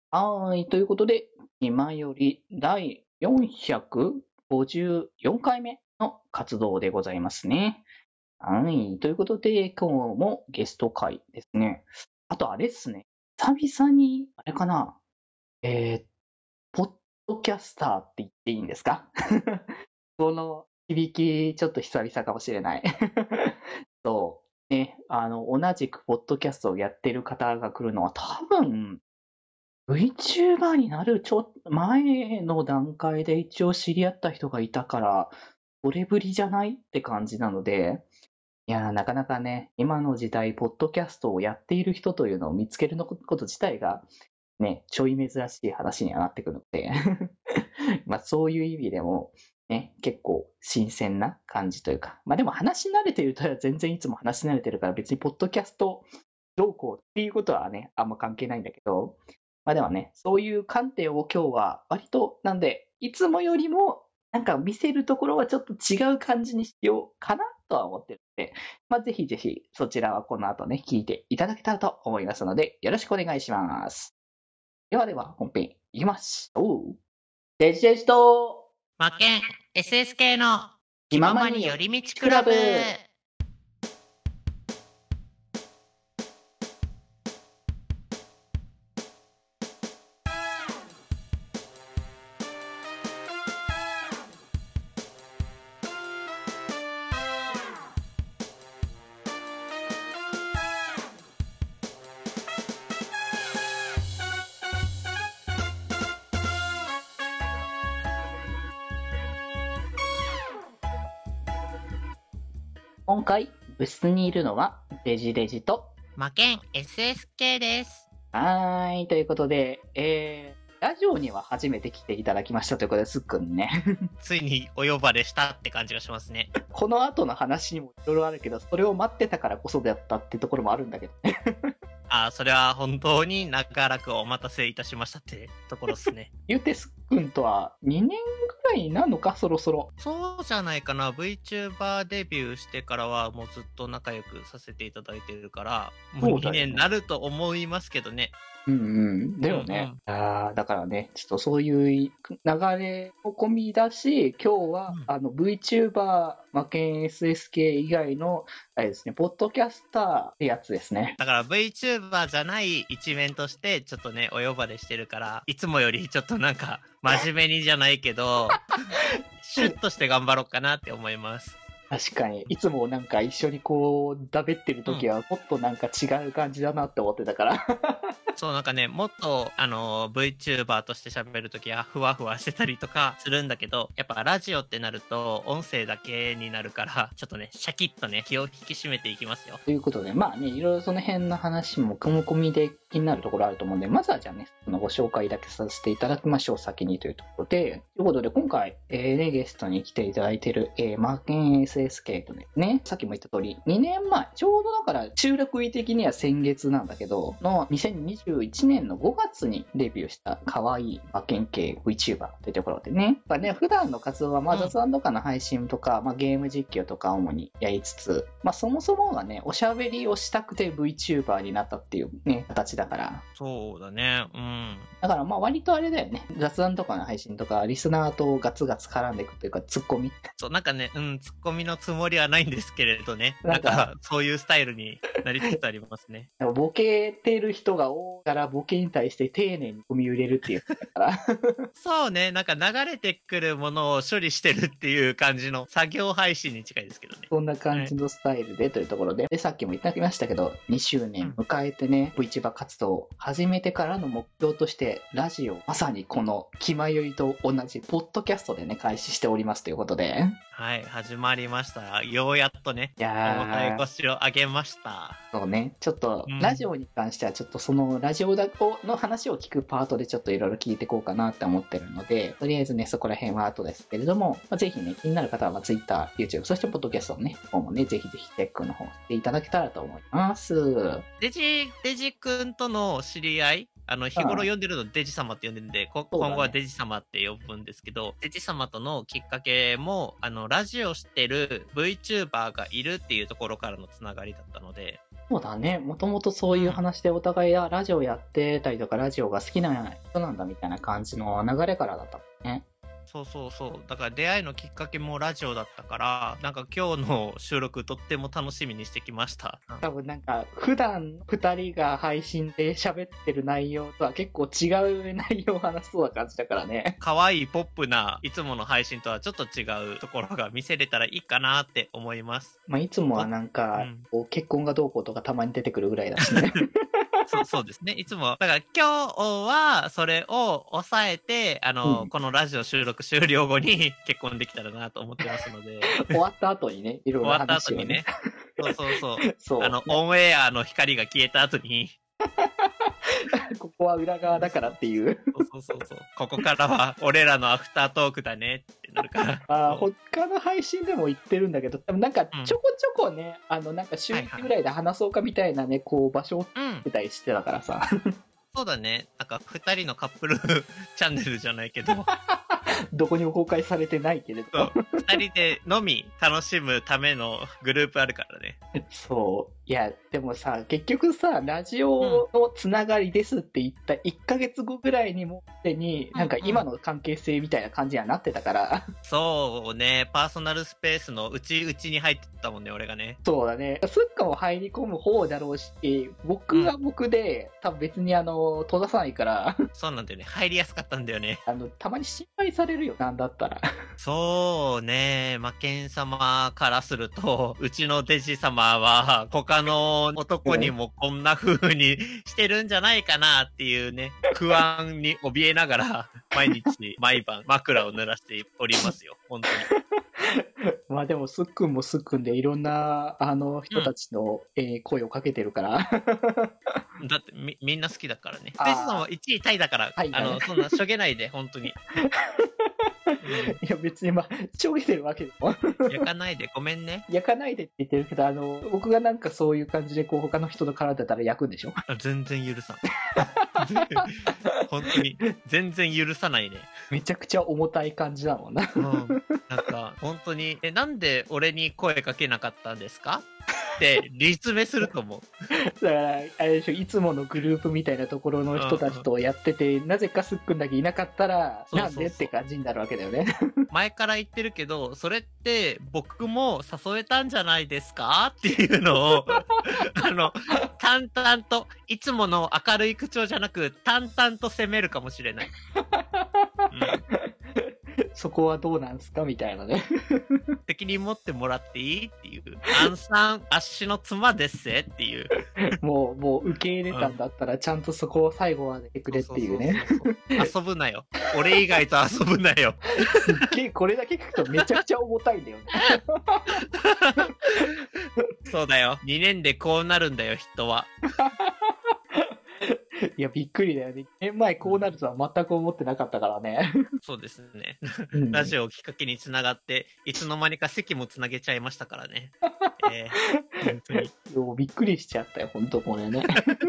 はい、ということで、今より第454回目の活動でございますね。はい、ということで、今日もゲスト会ですね。あとあれっすね、久々に、あれかな、えー、ポッドキャスターって言っていいんですか？この響き、ちょっと久々かもしれない。そう、ね、同じくポッドキャストをやってる方が来るのは多分、VTuber になるちょっと前の段階で一応知り合った人がいたから、それぶりじゃないって感じなので、いやー、なかなかね、今の時代、ポッドキャストをやっている人というのを見つけること自体が、ね、ちょい珍しい話にはなってくるので、まあそういう意味でも、ね、結構新鮮な感じというか、まあでも話し慣れてるとは全然いつも話し慣れてるから別にポッドキャストどうこうっていうことはね、あんま関係ないんだけど、まあでもね、そういう観点を今日は割と、なんで、いつもよりも、なんか見せるところはちょっと違う感じにしようかなとは思ってるので、まあぜひぜひそちらはこの後ね、聞いていただけたらと思いますので、よろしくお願いします。ではでは本編いきましょう。デジデジと魔剣 SSK の気ままに寄り道クラブ。 今回部室にいるのはデジデジと魔剣 SSK です。 はーい、ということで、ラジオには初めて来ていただきましたということで、すっくんね。 ついにお呼ばれしたって感じがしますね。 この後の話にもいろいろあるけど、それを待ってたからこそだったってところもあるんだけどね。 それは本当に長らくお待たせいたしましたってところですね。 言うてすっくんとは2年ぐらいなのか、そろそろ。 そうじゃないかな。VTuber デビューしてからはもうずっと仲良くさせていただいてるから、もう2年になると思いますけどね。 うんうん。だよね。だからね、ちょっとそういう流れを込みだし、今日は、VTuber、魔剣 SSK 以外の、あれですね、ポッドキャスターってやつですね。 だから VTuber じゃない一面としてちょっとねお呼ばれしてるから、いつもよりちょっとなんか真面目にじゃないけどシュッとして頑張ろうかなって思います。 確かに、いつもなんか一緒にこう、だべってる時はもっとなんか違う感じだなって思ってたから。 そう、なんかね、もっと、VTuber として喋るときは、ふわふわしてたりとかするんだけど、やっぱラジオってなると、音声だけになるから、ちょっとね、シャキッとね、気を引き締めていきますよ。 ということで、まあね、いろいろその辺の話も組み込みで気になるところあると思うんで、まずはじゃあね、そのご紹介だけさせていただきましょう、先にというところで。ということで、今回、ね、ゲストに来ていただいている、マケン SSK とですね、さっきも言った通り、2年前、ちょうどだから収録日的には先月なんだけど、の2021年の5月にデビューした可愛いマケン系 VTuber というところでね、まあね、普段の活動はまあ雑談とかの配信とか、まあ、ゲーム実況とか主にやりつつ、まあそもそもがね、おしゃべりをしたくて VTuber になったっていうね、形だから。 そうだね。 だからまあ割とあれだよね。雑談とかの配信とか、リスナーとガツガツ絡んでいくというか、ツッコミ。 そう、なんかね、ツッコミのつもりはないんですけれどね。なんか、そういうスタイルになりつつありますね。 ボケてる人が多いから、ボケに対して丁寧に組み入れるっていうだから。 そうね、なんか流れてくるものを処理してるっていう感じの作業配信に近いですけどね。 そんな感じのスタイルでというところで、でさっきも言ってきましたけど、2周年迎えてね、VTuber 活動を始めてからの目標として、ラジオ、まさにこの気まよいと同じ、ポッドキャストでね、開始しておりますということで。 はい、始まりました。ようやっとね、重たい腰を上げました。 そうね、ちょっと、ラジオに関しては、ちょっとそのラジオの話を聞くパートでちょっといろいろ聞いていこうかなって思ってるので、とりあえずね、そこら辺は後ですけれども、まあ、ぜひね、気になる方は Twitter、YouTube、そしてポッドキャストのね、方もね、ぜひぜひチェックの方していただけたらと思います。 デジ君との知り合い、日頃呼んでるのデジ様って呼んでるんで、今後はデジ様って呼ぶんですけど、デジ様とのきっかけも、ラジオしてる VTuber がいるっていうところからのつながりだったので、 そうだね。もともとそういう話でお互いラジオやってたりとか、ラジオが好きな人なんだみたいな感じの流れからだったもんね。 そうそうそう。だから出会いのきっかけもラジオだったから、なんか今日の収録とっても楽しみにしてきました。 多分なんか、普段二人が配信で喋ってる内容とは結構違う内容を話しそうな感じだからね。 可愛いポップないつもの配信とはちょっと違うところが見せれたらいいかなって思います。 まあいつもはなんか、こう結婚がどうこうとかたまに出てくるぐらいだしね。 そうですね。いつも。だから今日はそれを抑えて、このラジオ収録終了後に結婚できたらなと思ってますので。 終わった後にね、いろいろ話を、ね。 終わった後にね。そう。 そう。 オンエアの光が消えた後に。 ここは裏側だからっていう。 そう。ここからは俺らのアフタートークだねってなるから。 他の配信でも言ってるんだけど、多分なんかちょこちょこね、なんか週1ぐらいで話そうかみたいなね、こう場所を作ってたりしてたからさ。 そうだね。なんか二人のカップルチャンネルじゃないけど。 どこにも公開されてないけれど。 二人でのみ楽しむためのグループあるからね。 そう。いや、でもさ、結局さ、ラジオのつながりですって言った1ヶ月後ぐらいにもってに、なんか今の関係性みたいな感じにはなってたから。 そうね、パーソナルスペースの内に入ってたもんね、俺がね。 そうだね。スッカも入り込む方だろうし、僕は僕で、多分別に閉ざさないから。 そうなんだよね。入りやすかったんだよね。 たまに心配されるよ、なんだったら。 そうね、魔剣様からすると、うちの弟子様は、他の男にもこんな風にしてるんじゃないかなっていうね、不安に怯えながら、毎晩枕を濡らしておりますよ、本当に。 まあでも、すっくんもすっくんでいろんな、人たちの、声をかけてるから。 だってみんな好きだからね。弟子さんは1位タイだから、そんなしょげないで、本当に。 いや別にちょげてるわけでも焼かないでごめんね。 焼かないでって言ってるけど、僕がなんかそういう感じでこう他の人の体だったら焼くんでしょ。 全然許さん。本当に全然許さないね。 めちゃくちゃ重たい感じだもんな。 なんか本当になんで俺に声かけなかったんですかって立命すると思う。 だからあれでしょ、いつものグループみたいなところの人たちとやってて、なぜかすっくんだけいなかったらなんでって感じになるわけだよね。 前から言ってるけど、それって僕も誘えたんじゃないですかっていうのを淡々と、いつもの明るい口調じゃなく淡々と責めるかもしれない。 そこはどうなんすかみたいなね。 責任持ってもらっていいっていう。アンさん、あっしの妻ですせっていう。 もう受け入れたんだったら、ちゃんとそこを最後までしてくれっていうね。 遊ぶなよ。俺以外と遊ぶなよ。 これだけ聞くとめちゃくちゃ重たいんだよね。 そうだよ。2年でこうなるんだよ、人は。 いや、びっくりだよね。2年前こうなるとは全く思ってなかったからね。 そうですね。ラジオをきっかけにつながって、いつの間にか席もつなげちゃいましたからね。本当に。 びっくりしちゃったよ、本当これね。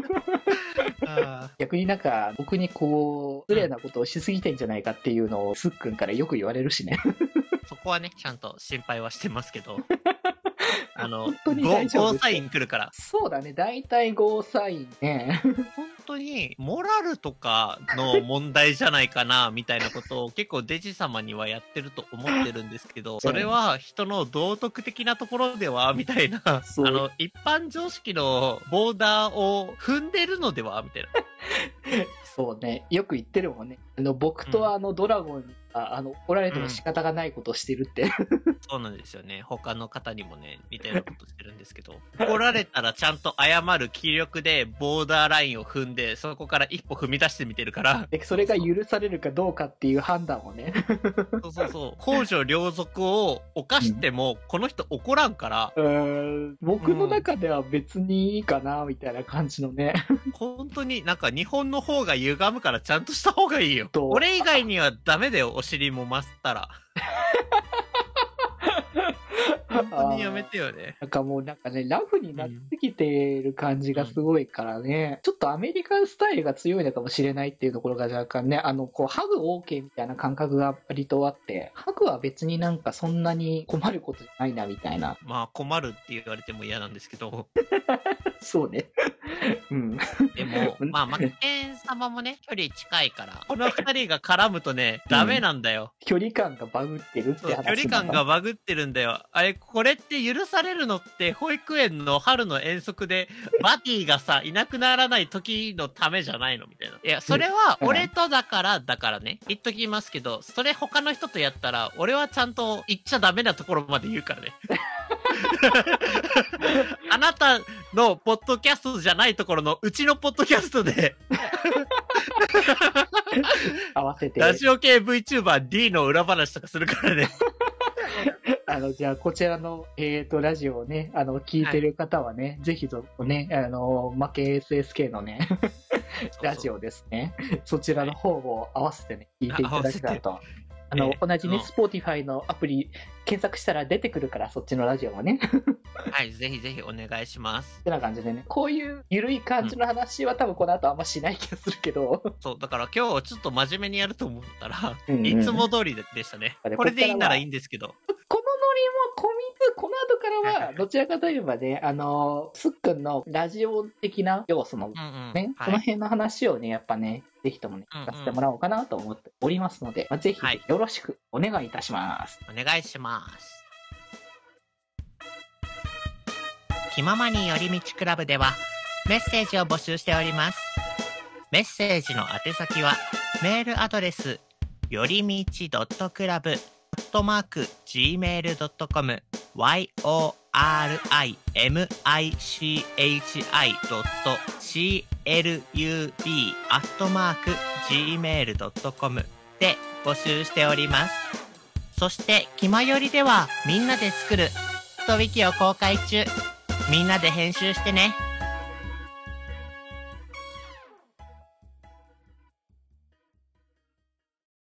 逆になんか、僕にこう、失礼なことをしすぎてんじゃないかっていうのを、すっくんからよく言われるしね。 そこはね、ちゃんと心配はしてますけど。 本当に大丈夫。 ゴーサイン来るから。 そうだね、大体ゴーサインね。 本当に、モラルとかの問題じゃないかな、みたいなことを結構デジ様にはやってると思ってるんですけど、それは人の道徳的なところでは、みたいな、一般常識のボーダーを踏んでるのでは、みたいな。 そうね、よく言ってるもんね。僕とドラゴンに怒られても仕方がないことをしてるって。 そうなんですよね。他の方にもね、似たようなことしてるんですけど、怒られたらちゃんと謝る気力でボーダーラインを踏んで、そこから一歩踏み出してみてるから。 でそれが許されるかどうかっていう判断をね。 そう。公序良俗を犯しても、この人怒らんから。 僕の中では別にいいかな、みたいな感じのね。 本当になんか日本の方が歪むからちゃんとした方がいいよ。俺以外にはダメだよ、お尻もまったら。 本当にやめてよね。 なんかもうなんかね、ラフになってきてる感じがすごいからね、ちょっとアメリカンスタイルが強いのかもしれないっていうところが若干ね、こう、ハグ OK みたいな感覚が割とあって、ハグは別になんかそんなに困ることじゃないなみたいな。 まあ困るって言われても嫌なんですけど。 そうね。うん。 でも、まあ、マクケン様もね、距離近いから、この二人が絡むとね、ダメなんだよ。 距離感がバグってるってそう、 話距離感がバグってるんだよ。あれ、これって許されるのって、保育園の春の遠足で、バディがさ、いなくならない時のためじゃないのみたいな。いや、それは、俺とだからね、言っときますけど、それ他の人とやったら、俺はちゃんと言っちゃダメなところまで言うからね。あなたのポッドキャストじゃないところのうちのポッドキャストで合わせてラジオ系 VTuber D の裏話とかするからね。 じゃあ、こちらの、ラジオをね、聞いてる方はね、ぜひとね、負け SSK のね、ラジオですね。そちらの方を合わせてね、聞いていただけたらと。同じね、Spotify のアプリ検索したら出てくるから、そっちのラジオもね。 はい、ぜひぜひお願いします。 ってな感じでね、こういう緩い感じの話は多分この後あんましない気がするけど。 そう、だから今日ちょっと真面目にやると思ったら、 うんうん、 いつも通りでしたね。これでいいならいいんですけど。 このノリも込みつ、この後からは、どちらかといえばね、すっくんのラジオ的な要素のね、その辺の話をね、やっぱね、ぜひともね、聞かせてもらおうかなと思っておりますので、ぜひよろしくお願いいたします。 お願いします。気ままに寄り道クラブではメッセージを募集しております。メッセージの宛先はメールアドレスよりみち.club@gmail.com yorimichi.club@gmail.com で募集しております。そして気まよりではみんなで作るストウィキを公開中。みんなで編集してね。